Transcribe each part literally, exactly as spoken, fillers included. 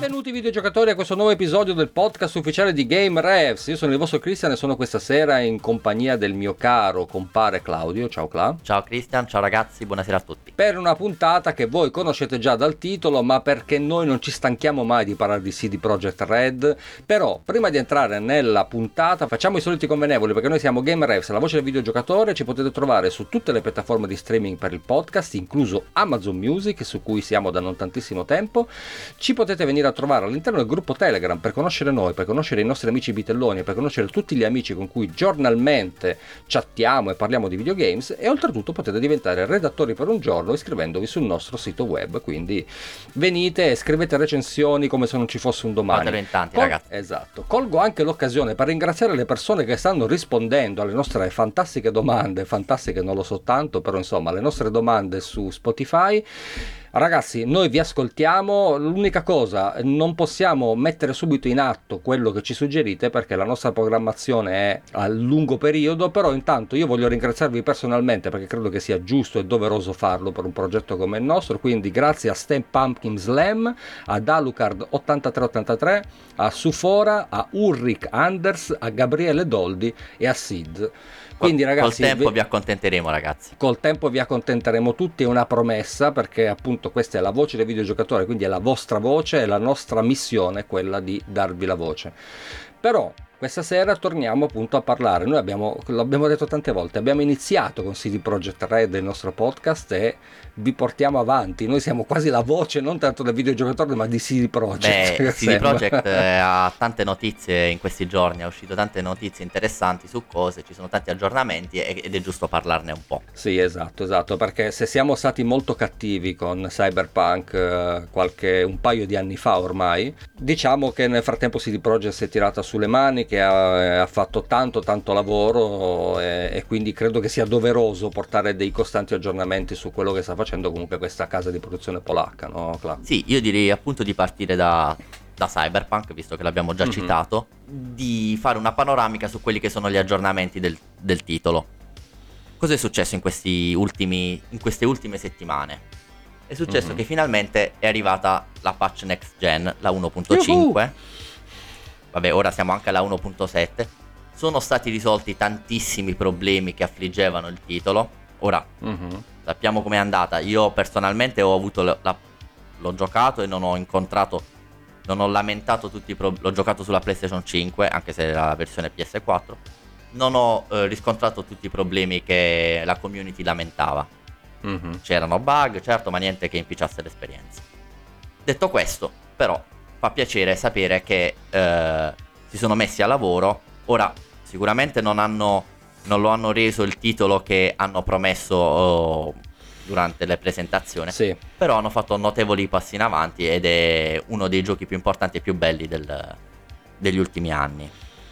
Benvenuti videogiocatori a questo nuovo episodio del podcast ufficiale di Game Revs. Io sono il vostro Christian e sono questa sera in compagnia del mio caro compare Claudio. Ciao Cla. Ciao Christian, ciao ragazzi, buonasera a tutti. Per una puntata che voi conoscete già dal titolo, ma perché noi non ci stanchiamo mai di parlare di C D Projekt Red. Però prima di entrare nella puntata facciamo i soliti convenevoli, perché noi siamo Game Revs, la voce del videogiocatore. Ci potete trovare su tutte le piattaforme di streaming per il podcast, incluso Amazon Music, su cui siamo da non tantissimo tempo. Ci potete venire a trovare all'interno del gruppo Telegram per conoscere noi, per conoscere i nostri amici bitelloni, per conoscere tutti gli amici con cui giornalmente chattiamo e parliamo di videogames, e oltretutto potete diventare redattori per un giorno iscrivendovi sul nostro sito web. Quindi venite e scrivete recensioni come se non ci fosse un domani. Fatelo in tanti, Col- ragazzi. Esatto. Colgo anche l'occasione per ringraziare le persone che stanno rispondendo alle nostre fantastiche domande, fantastiche non lo so tanto, però insomma alle nostre domande su Spotify. Ragazzi, noi vi ascoltiamo, l'unica cosa, non possiamo mettere subito in atto quello che ci suggerite perché la nostra programmazione è a lungo periodo, però intanto io voglio ringraziarvi personalmente perché credo che sia giusto e doveroso farlo per un progetto come il nostro, quindi grazie a Stan Pumpkin Slam, a Dalucard ottantatré ottantatré, a Sufora, a Ulrich Anders, a Gabriele Doldi e a Sid. Quindi ragazzi, col tempo vi... vi accontenteremo, ragazzi. Col tempo vi accontenteremo tutti, è una promessa, perché appunto questa è la voce del videogiocatore, quindi è la vostra voce, è la nostra missione quella di darvi la voce. Però questa sera torniamo appunto a parlare. Noi abbiamo, l'abbiamo detto tante volte, abbiamo iniziato con C D Projekt Red il nostro podcast e vi portiamo avanti. Noi siamo quasi la voce non tanto del videogiocatore ma di C D Projekt. Beh, C D Projekt eh, ha tante notizie in questi giorni, ha uscito tante notizie interessanti su cose, ci sono tanti aggiornamenti ed è giusto parlarne un po'. Sì, esatto, esatto, perché se siamo stati molto cattivi con Cyberpunk eh, qualche un paio di anni fa ormai, diciamo che nel frattempo C D Projekt si è tirata sulle mani, che ha, ha fatto tanto tanto lavoro e, e quindi credo che sia doveroso portare dei costanti aggiornamenti su quello che sta facendo comunque questa casa di produzione polacca, no Cla? Sì, io direi appunto di partire da, da Cyberpunk, visto che l'abbiamo già mm-hmm. citato, di fare una panoramica su quelli che sono gli aggiornamenti del, del titolo. Cosa è successo in, questi ultimi, in queste ultime settimane? È successo mm-hmm. che finalmente è arrivata la patch next gen, la uno punto cinque. Uh-huh. Vabbè, ora siamo anche alla uno punto sette. Sono stati risolti tantissimi problemi che affliggevano il titolo. Ora mm-hmm. sappiamo com'è andata. Io personalmente ho avuto la, la, l'ho giocato e non ho incontrato, non ho lamentato tutti i problemi. L'ho giocato sulla PlayStation cinque, anche se era la versione P S quattro. Non ho eh, riscontrato tutti i problemi che la community lamentava. Mm-hmm. C'erano bug, certo, ma niente che inficiasse l'esperienza. Detto questo, però, fa piacere sapere che eh, si sono messi a lavoro. Ora, sicuramente non hanno, non lo hanno reso il titolo che hanno promesso oh, durante le presentazioni, sì. Però hanno fatto notevoli passi in avanti ed è uno dei giochi più importanti e più belli del, degli ultimi anni.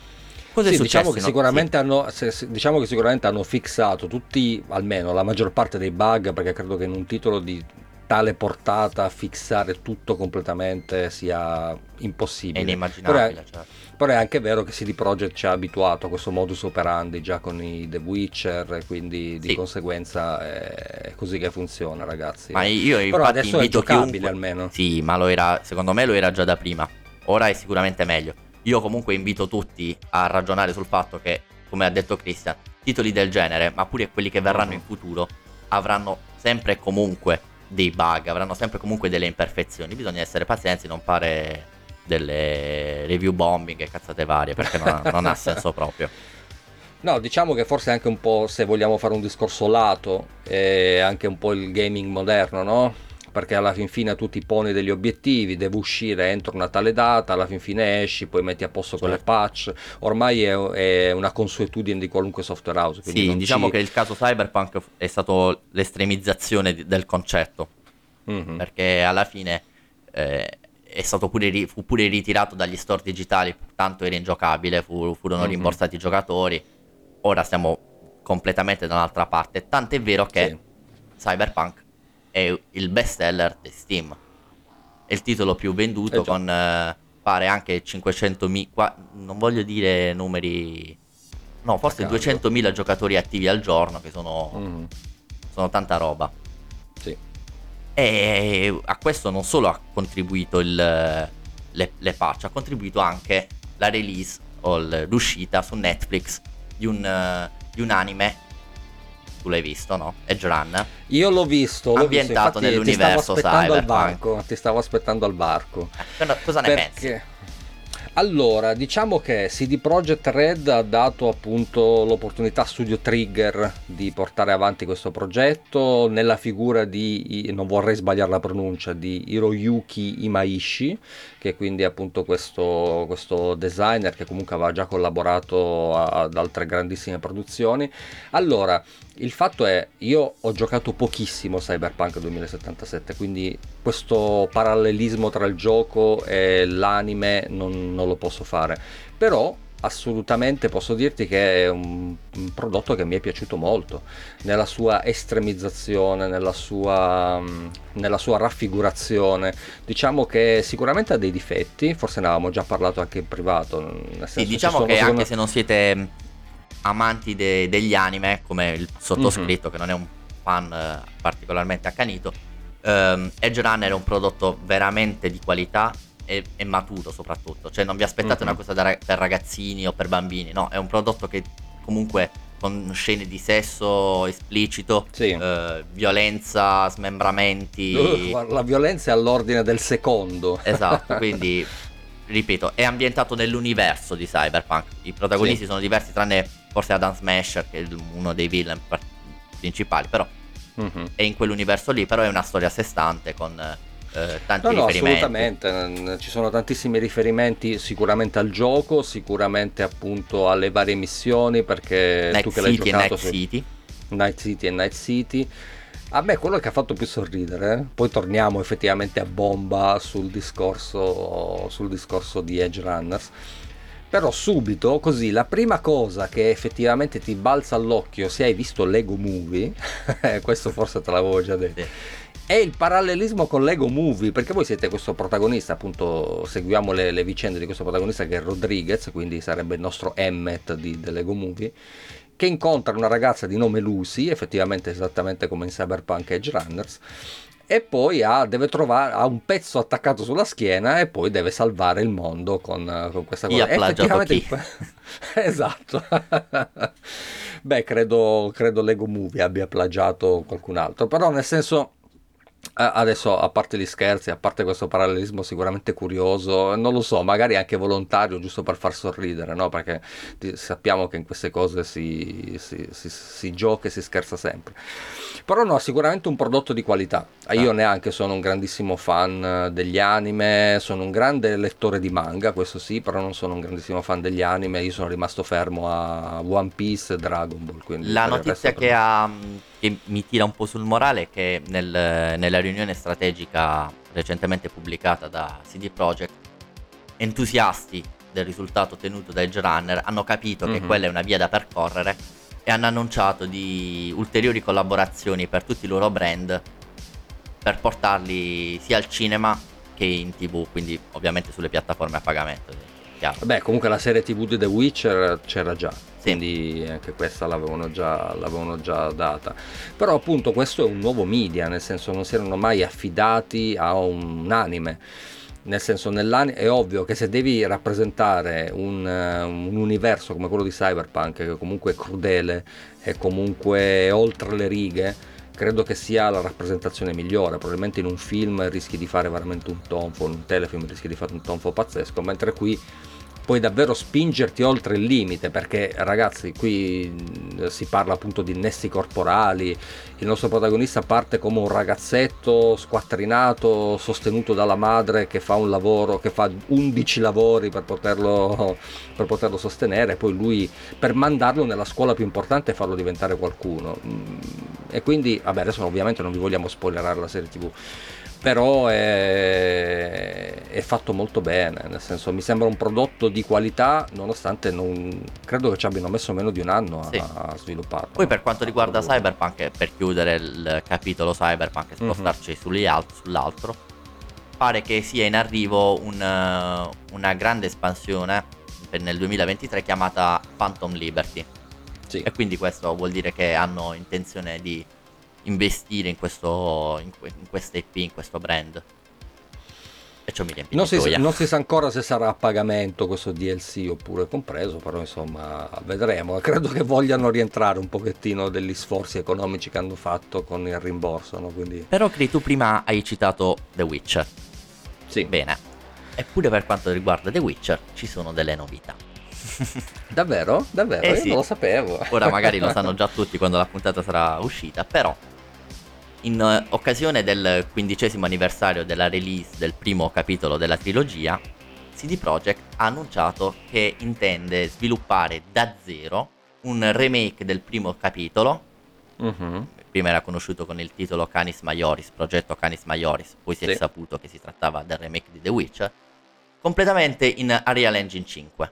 Cosa sì, è successo? Diciamo che, sicuramente sì. hanno, se, se, diciamo che sicuramente hanno fissato tutti, almeno la maggior parte dei bug, perché credo che in un titolo di tale portata fissare tutto completamente sia impossibile. È inimmaginabile, però è, certo. Però è anche vero che C D Projekt ci ha abituato a questo modus operandi già con i The Witcher, quindi di sì. conseguenza è così che funziona, ragazzi. Ma io però infatti adesso invito è giocabile chiunque... almeno. Sì, ma lo era, secondo me lo era già da prima. Ora è sicuramente meglio. Io comunque invito tutti a ragionare sul fatto che, come ha detto Christian, titoli del genere, ma pure quelli che verranno uh-huh. in futuro, avranno sempre e comunque dei bug, avranno sempre comunque delle imperfezioni. Bisogna essere pazienti, non fare delle review bombing e cazzate varie, perché non ha, non ha senso proprio. No, diciamo che forse anche un po', se vogliamo fare un discorso lato, è anche un po' il gaming moderno, no? Perché alla fin fine tu ti poni degli obiettivi, devi uscire entro una tale data, alla fin fine esci, poi metti a posto quelle patch. Ormai è, è una consuetudine di qualunque software house. Sì, diciamo ci... che il caso Cyberpunk è stato l'estremizzazione di, del concetto, mm-hmm. perché alla fine eh, è stato pure, fu pure ritirato dagli store digitali, tanto era ingiocabile, fu, furono mm-hmm. rimborsati i giocatori. Ora siamo completamente da un'altra parte, tant'è vero che sì. Cyberpunk è il best seller di Steam, è il titolo più venduto, eh con eh, pare anche cinquecentomila, non voglio dire numeri, no, forse duecentomila giocatori attivi al giorno, che sono, mm. sono tanta roba. Sì. E a questo non solo ha contribuito il, le, le patch, ha contribuito anche la release o l- l'uscita su Netflix di un, eh, di un anime. Tu l'hai visto, no? Edge Runner. Io l'ho visto, l'ho ambientato visto. Infatti, nell'universo ti stavo aspettando al cyberpunk. varco, ti stavo aspettando al varco. Eh, cosa ne Perché? pensi? Allora, diciamo che C D Projekt Red ha dato appunto l'opportunità a Studio Trigger di portare avanti questo progetto nella figura di, non vorrei sbagliare la pronuncia, di Hiroyuki Imaishi, che quindi è appunto questo, questo designer che comunque aveva già collaborato ad altre grandissime produzioni. Allora, il fatto è, io ho giocato pochissimo Cyberpunk duemilasettantasette, quindi questo parallelismo tra il gioco e l'anime non, non lo posso fare, però assolutamente posso dirti che è un, un prodotto che mi è piaciuto molto nella sua estremizzazione, nella sua, nella sua raffigurazione. Diciamo che sicuramente ha dei difetti, forse ne avevamo già parlato anche in privato, nel senso, Sì, diciamo sono, che secondo... anche se non siete amanti de- degli anime come il sottoscritto, mm-hmm. che non è un fan eh, particolarmente accanito, ehm, Edge Runner è un prodotto veramente di qualità e, e maturo soprattutto, cioè non vi aspettate mm-hmm. una cosa da ra- per ragazzini o per bambini, no, è un prodotto che comunque con scene di sesso esplicito, sì. eh, violenza, smembramenti, uh, la violenza è all'ordine del secondo. Esatto, quindi ripeto, è ambientato nell'universo di Cyberpunk, i protagonisti sì. sono diversi tranne forse Adam Smasher, che è uno dei villain principali, però mm-hmm. è in quell'universo lì, però è una storia a sé stante con eh, tanti no, no, riferimenti. Assolutamente, ci sono tantissimi riferimenti sicuramente al gioco, sicuramente appunto alle varie missioni, perché Night tu che City l'hai giocato e Night City. Night City e Night City. A me quello che ha fatto più sorridere, eh? Poi torniamo effettivamente a bomba sul discorso, sul discorso di Edge Runners. Però subito, così, la prima cosa che effettivamente ti balza all'occhio se hai visto Lego Movie, questo forse te l'avevo già detto, sì. è il parallelismo con Lego Movie, perché voi siete questo protagonista, appunto, seguiamo le, le vicende di questo protagonista che è Rodriguez, quindi sarebbe il nostro Emmet di The Lego Movie, che incontra una ragazza di nome Lucy, effettivamente esattamente come in Cyberpunk Edge Runners, e poi ha, deve trovare, ha un pezzo attaccato sulla schiena e poi deve salvare il mondo con, con questa cosa. Chi ha plagiato chi? Esatto. Beh, credo, credo Lego Movie abbia plagiato qualcun altro, però nel senso... Adesso, a parte gli scherzi, a parte questo parallelismo sicuramente curioso, non lo so, magari anche volontario, giusto per far sorridere, no? Perché sappiamo che in queste cose si, si, si, si gioca e si scherza sempre. Però no, sicuramente un prodotto di qualità. Io neanche sono un grandissimo fan degli anime, sono un grande lettore di manga, questo sì, però non sono un grandissimo fan degli anime. Io sono rimasto fermo a One Piece e Dragon Ball. Quindi la notizia che, ha, che mi tira un po' sul morale è che nel, nella riunione strategica recentemente pubblicata da C D Projekt, entusiasti del risultato ottenuto da Edge Runner hanno capito mm-hmm. che quella è una via da percorrere e hanno annunciato di ulteriori collaborazioni per tutti i loro brand per portarli sia al cinema che in tv, quindi ovviamente sulle piattaforme a pagamento, chiaro. Beh, comunque la serie tv di The Witcher c'era già, sì. Quindi anche questa l'avevano già, l'avevano già data. Però appunto questo è un nuovo media, nel senso non si erano mai affidati a un anime. Nel senso, nell'anime è ovvio che se devi rappresentare un, un universo come quello di Cyberpunk, che comunque è crudele e comunque oltre le righe, credo che sia la rappresentazione migliore. Probabilmente in un film rischi di fare veramente un tonfo, in un telefilm rischi di fare un tonfo pazzesco, mentre qui puoi davvero spingerti oltre il limite, perché ragazzi qui si parla appunto di innesti corporali, il nostro protagonista parte come un ragazzetto squattrinato, sostenuto dalla madre che fa un lavoro, che fa undici lavori per poterlo, per poterlo sostenere, e poi lui per mandarlo nella scuola più importante e farlo diventare qualcuno. E quindi, vabbè, adesso ovviamente non vi vogliamo spoilerare la serie tv, però è, è fatto molto bene, nel senso mi sembra un prodotto di qualità, nonostante non credo che ci abbiano messo meno di un anno a, sì. a svilupparlo. Poi per quanto riguarda Cyberpunk, per chiudere il capitolo Cyberpunk e spostarci mm-hmm. sull'altro, sull'altro, pare che sia in arrivo un, una grande espansione per nel duemilaventitré chiamata Phantom Liberty, sì. E quindi questo vuol dire che hanno intenzione di investire in questo in, que- in questa I P, in questo brand. e ciò mi riempie Non di si, gioia. non si sa ancora se sarà a pagamento questo D L C oppure compreso, però insomma vedremo. Credo che vogliano rientrare un pochettino degli sforzi economici che hanno fatto con il rimborso, no? Quindi Però Cri, tu prima hai citato The Witcher. sì. Bene. Eppure per quanto riguarda The Witcher ci sono delle novità. Davvero? Davvero? Eh Io sì. non lo sapevo. Ora magari lo sanno già tutti quando la puntata sarà uscita, però in eh, occasione del quindicesimo anniversario della release del primo capitolo della trilogia, C D Projekt ha annunciato che intende sviluppare da zero un remake del primo capitolo. Mhm. Prima era conosciuto con il titolo Canis Majoris, progetto Canis Majoris, poi si è Sì. saputo che si trattava del remake di The Witcher, completamente in Unreal Engine cinque.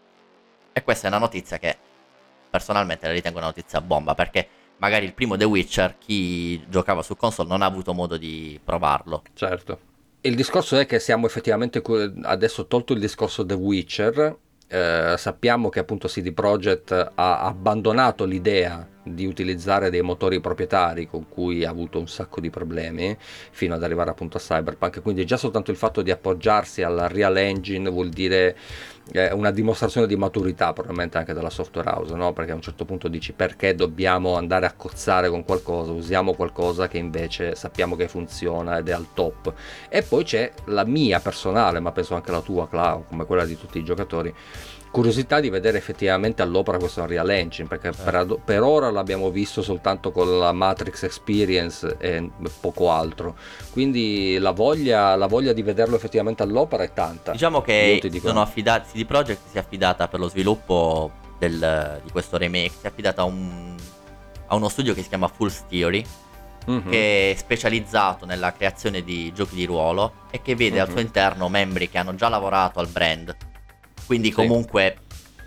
E questa è una notizia che personalmente la ritengo una notizia bomba, perché magari il primo The Witcher, chi giocava su console non ha avuto modo di provarlo. Certo. Il discorso è che siamo effettivamente cu- adesso, tolto il discorso The Witcher, eh, sappiamo che appunto C D Projekt ha abbandonato l'idea di utilizzare dei motori proprietari con cui ha avuto un sacco di problemi fino ad arrivare appunto a Cyberpunk, quindi già soltanto il fatto di appoggiarsi alla Real Engine vuol dire eh, una dimostrazione di maturità probabilmente anche della software house, no? Perché a un certo punto dici perché dobbiamo andare a cozzare con qualcosa, usiamo qualcosa che invece sappiamo che funziona ed è al top. E poi c'è la mia personale, ma penso anche la tua, Clau, come quella di tutti i giocatori, curiosità di vedere effettivamente all'opera questo Unreal Engine, perché per, ad- per ora l'abbiamo visto soltanto con la Matrix Experience e poco altro, quindi la voglia, la voglia di vederlo effettivamente all'opera è tanta. Diciamo Io che ti dico- sono affidati, C D Projekt si è affidata per lo sviluppo del- di questo remake, si è affidata a, un, a uno studio che si chiama Fool's Theory, Mhm. che è specializzato nella creazione di giochi di ruolo e che vede al Mhm. suo interno membri che hanno già lavorato al brand. Quindi Sì. comunque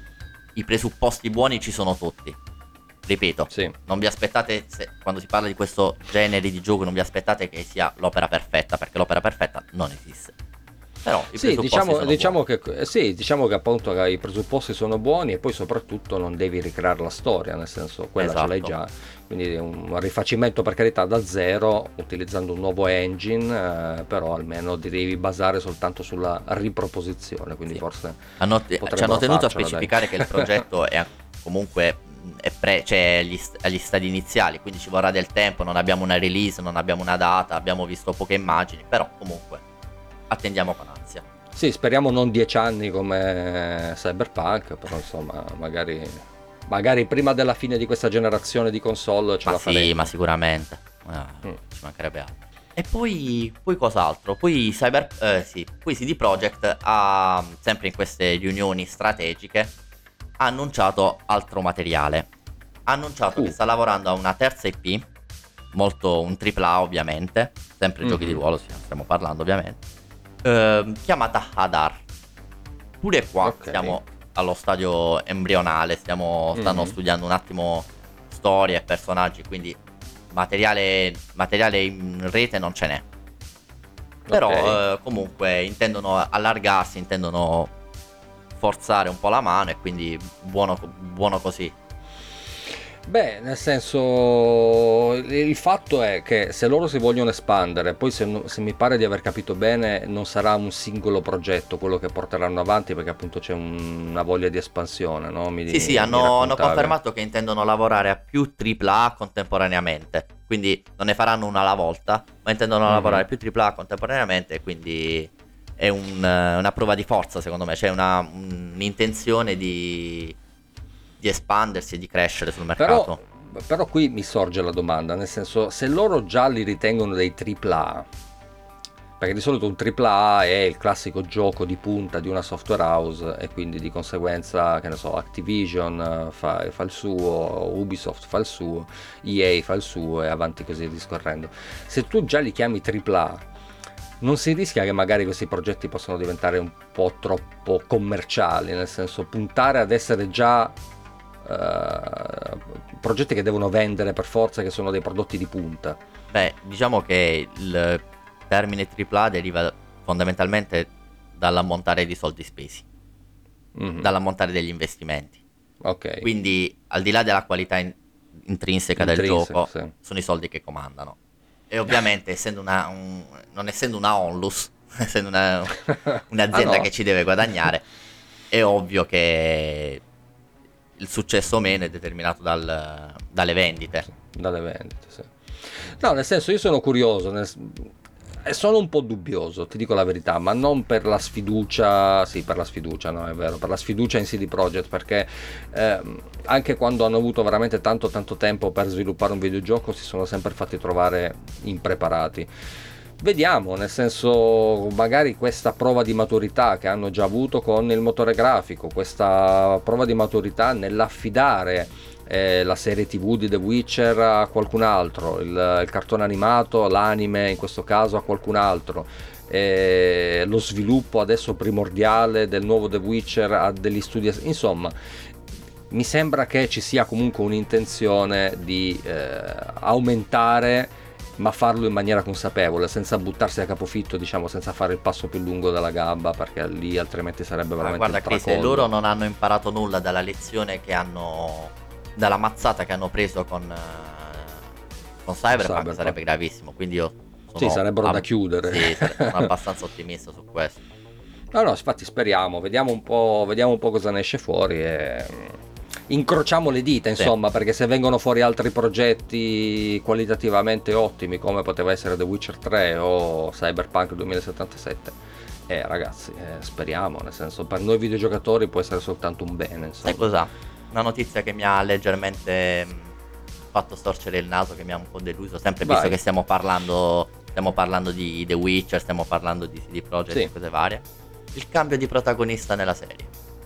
i presupposti buoni ci sono tutti. Ripeto, Sì. non vi aspettate, se, quando si parla di questo genere di gioco, non vi aspettate che sia l'opera perfetta, perché l'opera perfetta non esiste. Però i Sì, presupposti diciamo, sono diciamo buoni. che, eh, sì, diciamo che appunto che i presupposti sono buoni e poi soprattutto non devi ricreare la storia, nel senso quella ce l'hai Esatto. già, quindi è un rifacimento per carità da zero utilizzando un nuovo engine, eh, però almeno devi basare soltanto sulla riproposizione, quindi Sì. forse Hanno- ci potrebbero hanno tenuto a farcela, specificare dai. che il progetto è comunque mh, è pre, cioè agli, st- agli stadi iniziali, quindi ci vorrà del tempo, non abbiamo una release, non abbiamo una data, abbiamo visto poche immagini, però comunque attendiamo con ansia. Sì, speriamo non dieci anni come Cyberpunk, però insomma magari, magari prima della fine di questa generazione di console ce Ma la sì, faremo. ma sicuramente. Ah, Mm. ci mancherebbe altro. E poi, poi cos'altro? Poi Cyber, eh, sì, poi C D Projekt ha, sempre in queste riunioni strategiche, ha annunciato altro materiale. Ha annunciato Uh. che sta lavorando a una terza I P, molto un tripla A ovviamente, sempre giochi di Mhm. ruolo stiamo parlando ovviamente, ehm, chiamata Hadar. Pure qua Ok. siamo allo stadio embrionale, stiamo, stanno Mhm. studiando un attimo storie e personaggi, quindi materiale, materiale in rete non ce n'è. Però Ok. eh, comunque intendono allargarsi, intendono forzare un po' la mano e quindi buono, buono così. Beh, nel senso, il fatto è che se loro si vogliono espandere, poi se, se mi pare di aver capito bene, non sarà un singolo progetto quello che porteranno avanti, perché appunto c'è un- una voglia di espansione, no? Mi, Sì, sì, mi hanno, hanno raccontavi. confermato che intendono lavorare a più tripla A contemporaneamente, quindi non ne faranno una alla volta, ma intendono Mhm. lavorare più tripla A contemporaneamente, quindi è un, eh, una prova di forza secondo me, c'è una, un'intenzione di, di espandersi e di crescere sul mercato. Però, però qui mi sorge la domanda, nel senso, se loro già li ritengono dei tripla A, perché di solito un tripla A è il classico gioco di punta di una software house e quindi di conseguenza, che ne so, Activision eh, fa, fa il suo, Ubisoft fa il suo, E A fa il suo e avanti così discorrendo. Se tu già li chiami tripla A, non si rischia che magari questi progetti possano diventare un po' troppo commerciali, nel senso puntare ad essere già eh, progetti che devono vendere per forza, che sono dei prodotti di punta. Beh, diciamo che il termine tripla A deriva fondamentalmente dall'ammontare di soldi spesi, Mhm. dall'ammontare degli investimenti. Ok. Quindi, al di là della qualità in- intrinseca del Intrinseco, gioco, sì. sono i soldi che comandano. E ovviamente, essendo una, un- non essendo una onlus, essendo una, un'azienda Ah, no? che ci deve guadagnare, è ovvio che il successo o meno è determinato dal- dalle vendite. Dalle vendite, sì. No, nel senso, io sono curioso, nel- e sono un po' dubbioso, ti dico la verità, ma non per la sfiducia, sì, per la sfiducia, no, è vero, per la sfiducia in C D Projekt, perché ehm, anche quando hanno avuto veramente tanto tanto tempo per sviluppare un videogioco si sono sempre fatti trovare impreparati. Vediamo, nel senso, magari questa prova di maturità che hanno già avuto con il motore grafico, questa prova di maturità nell'affidare eh, la serie tivù di The Witcher a qualcun altro, il, il cartone animato, l'anime in questo caso a qualcun altro, eh, lo sviluppo adesso primordiale del nuovo The Witcher a degli studi, insomma, mi sembra che ci sia comunque un'intenzione di eh, aumentare, ma farlo in maniera consapevole, senza buttarsi a capofitto, diciamo, senza fare il passo più lungo della gamba, perché lì altrimenti sarebbe Ma veramente guarda, il Chris, se tracollo. loro non hanno imparato nulla dalla lezione che hanno, dalla mazzata che hanno preso con, eh, con Cyberpunk, Cyberpunk. sarebbe gravissimo. Quindi io sono Sì, sarebbero da chiudere. Sì, sare- sono abbastanza ottimista su questo. No, no, infatti speriamo, vediamo un po', vediamo un po' cosa ne esce fuori e mm, incrociamo le dita, Sì. insomma, perché se vengono fuori altri progetti qualitativamente ottimi come poteva essere The Witcher tre o Cyberpunk duemilasettantasette, eh ragazzi, eh, speriamo, nel senso, per noi videogiocatori può essere soltanto un bene, insomma. Sai cosa? Una notizia che mi ha leggermente mh, fatto storcere il naso, che mi ha un po' deluso, sempre visto Vai. che stiamo parlando, stiamo parlando di The Witcher, stiamo parlando di C D Projekt Sì. e cose varie. Il cambio di protagonista nella serie.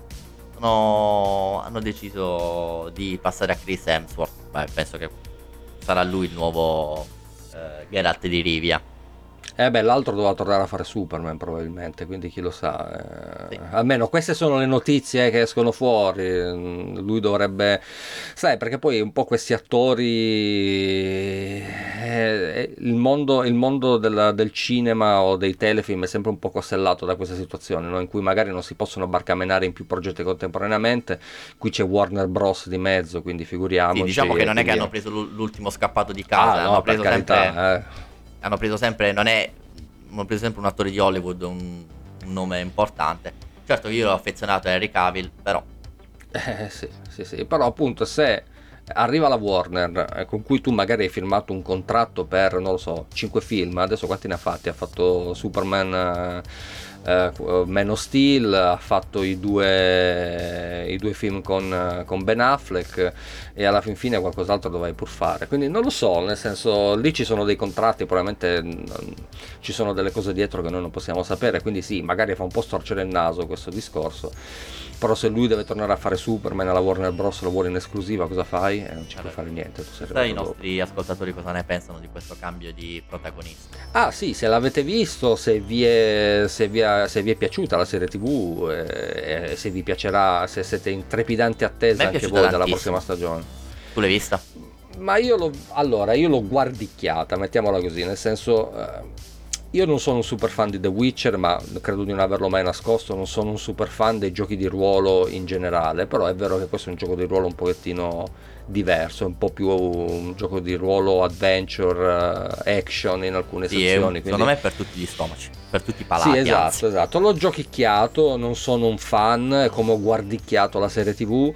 Sono- hanno deciso di passare a Chris Hemsworth. Beh, penso che sarà lui il nuovo eh, Geralt di Rivia. Eh beh, l'altro doveva tornare a fare Superman probabilmente, quindi chi lo sa. eh, Sì. Almeno queste sono le notizie che escono fuori. mm, Lui dovrebbe. Sai, perché poi un po' questi attori. eh, eh, il mondo, il mondo della- del cinema o dei telefilm è sempre un po' costellato da questa situazione, no? In cui magari non si possono barcamenare in più progetti contemporaneamente. Qui c'è Warner Bros. Di mezzo, quindi figuriamoci. Sì, diciamo che non è che quindi- hanno preso l'u- l'ultimo scappato di casa, Ah, hanno no, per preso sempre carità. eh. hanno preso sempre, non è, hanno preso sempre un attore di Hollywood, un, un nome importante. Certo che io ero affezionato a Henry Cavill, però Eh, sì, sì, sì, però appunto se arriva la Warner eh, con cui tu magari hai firmato un contratto per, non lo so, cinque film, adesso quanti ne ha fatti? Ha fatto Superman, eh, eh, Man of Steel, ha fatto i due, i due film con, eh, con Ben Affleck e alla fin fine qualcos'altro dovrai pur fare, quindi non lo so, nel senso lì ci sono dei contratti, probabilmente mm, ci sono delle cose dietro che noi non possiamo sapere, quindi sì, magari fa un po' storcere il naso questo discorso. Però se lui deve tornare a fare Superman alla Warner Bros. Lo vuole in esclusiva, cosa fai? Eh, non ci puoi Allora, fare niente, tu sei sai i arrivato dopo. nostri ascoltatori cosa ne pensano di questo cambio di protagonista. Ah sì, se l'avete visto, se vi è, se vi è, se vi è piaciuta la serie tivù, eh, se vi piacerà, se siete in trepidante A me attesa è anche piaciuta voi della tantissimo. prossima stagione. Tu l'hai vista? Ma io l'ho, allora, io l'ho guardicchiata, mettiamola così, nel senso, eh, io non sono un super fan di The Witcher, ma credo di non averlo mai nascosto, non sono un super fan dei giochi di ruolo in generale, però è vero che questo è un gioco di ruolo un pochettino diverso, è un po' più un gioco di ruolo adventure, eh, action in alcune Sì, è un- sezioni. secondo quindi- me è per tutti gli stomaci, per tutti i palati. sì, esatto, anzi. esatto. L'ho giochicchiato, non sono un fan, come ho guardicchiato la serie tivù.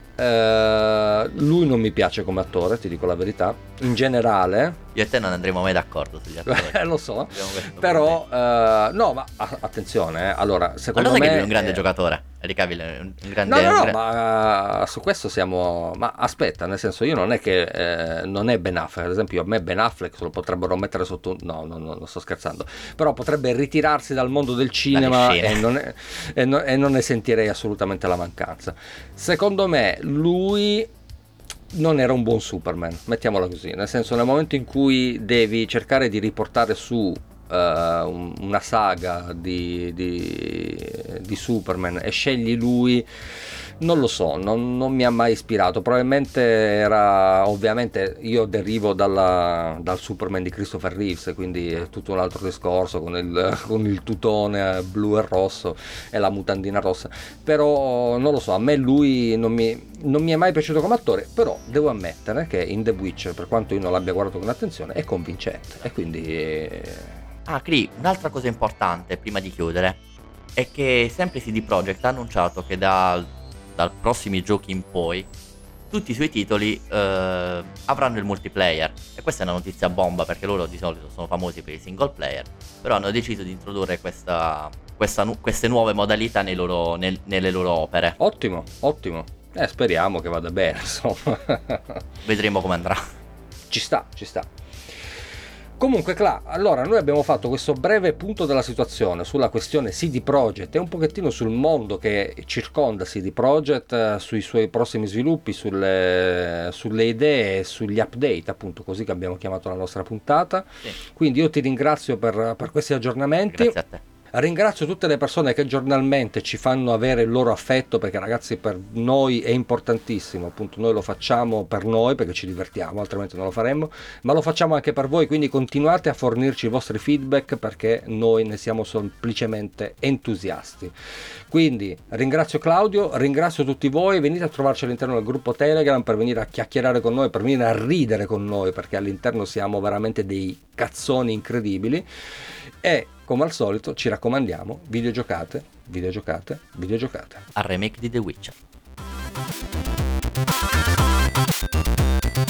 Eh, lui non mi piace come attore, ti dico la verità. In generale, Io e te non andremo mai d'accordo sugli attori. eh, lo so, Abbiamo questo però problema. eh, no, ma a- attenzione, eh, allora, Ma secondo lo sai me che lui è un grande eh, giocatore? Henry Cavill è un un grande... No, no, un no, gra- ma su questo siamo. Ma aspetta, nel senso, io non è che eh, non è Ben Affleck, ad esempio, a me Ben Affleck se lo potrebbero mettere sotto. un- No, no, no, non sto scherzando. Però potrebbe ritirarsi dal mondo del cinema scene. e non, è- e no- e non ne sentirei assolutamente la mancanza. Secondo me, lui non era un buon Superman, mettiamola così, nel senso, nel momento in cui devi cercare di riportare su eh, un- una saga di, di, di Superman e scegli lui, non lo so, non, non mi ha mai ispirato. Probabilmente era, ovviamente io derivo dalla- dal Superman di Christopher Reeves, quindi è tutto un altro discorso con il, con il tutone blu e rosso e la mutandina rossa, però non lo so, a me lui non mi, non mi è mai piaciuto come attore, però devo ammettere che in The Witcher, per quanto io non l'abbia guardato con attenzione, è convincente, e quindi eh, Ah, Cri, un'altra cosa importante prima di chiudere è che sempre C D Projekt ha annunciato che dal, dal prossimi giochi in poi tutti i suoi titoli eh, avranno il multiplayer, e questa è una notizia bomba perché loro di solito sono famosi per i single player, però hanno deciso di introdurre questa, questa nu- queste nuove modalità nei loro, nel- nelle loro opere. Ottimo, ottimo. Eh, speriamo che vada bene, insomma. Vedremo come andrà. Ci sta, ci sta. Comunque, Cla, allora noi abbiamo fatto questo breve punto della situazione sulla questione C D Projekt e un pochettino sul mondo che circonda C D Projekt, eh, sui suoi prossimi sviluppi, sulle, sulle idee, sugli update, appunto, così che abbiamo chiamato la nostra puntata. Sì. Quindi io ti ringrazio per, per questi aggiornamenti. Grazie a te. Ringrazio tutte le persone che giornalmente ci fanno avere il loro affetto, perché ragazzi, per noi è importantissimo, appunto noi lo facciamo per noi perché ci divertiamo, altrimenti non lo faremmo, ma lo facciamo anche per voi, quindi continuate a fornirci i vostri feedback perché noi ne siamo semplicemente entusiasti. Quindi ringrazio Claudio, ringrazio tutti voi, venite a trovarci all'interno del gruppo Telegram per venire a chiacchierare con noi, per venire a ridere con noi, perché all'interno siamo veramente dei cazzoni incredibili. E come al solito ci raccomandiamo, videogiocate, videogiocate, videogiocate. Al remake di The Witcher.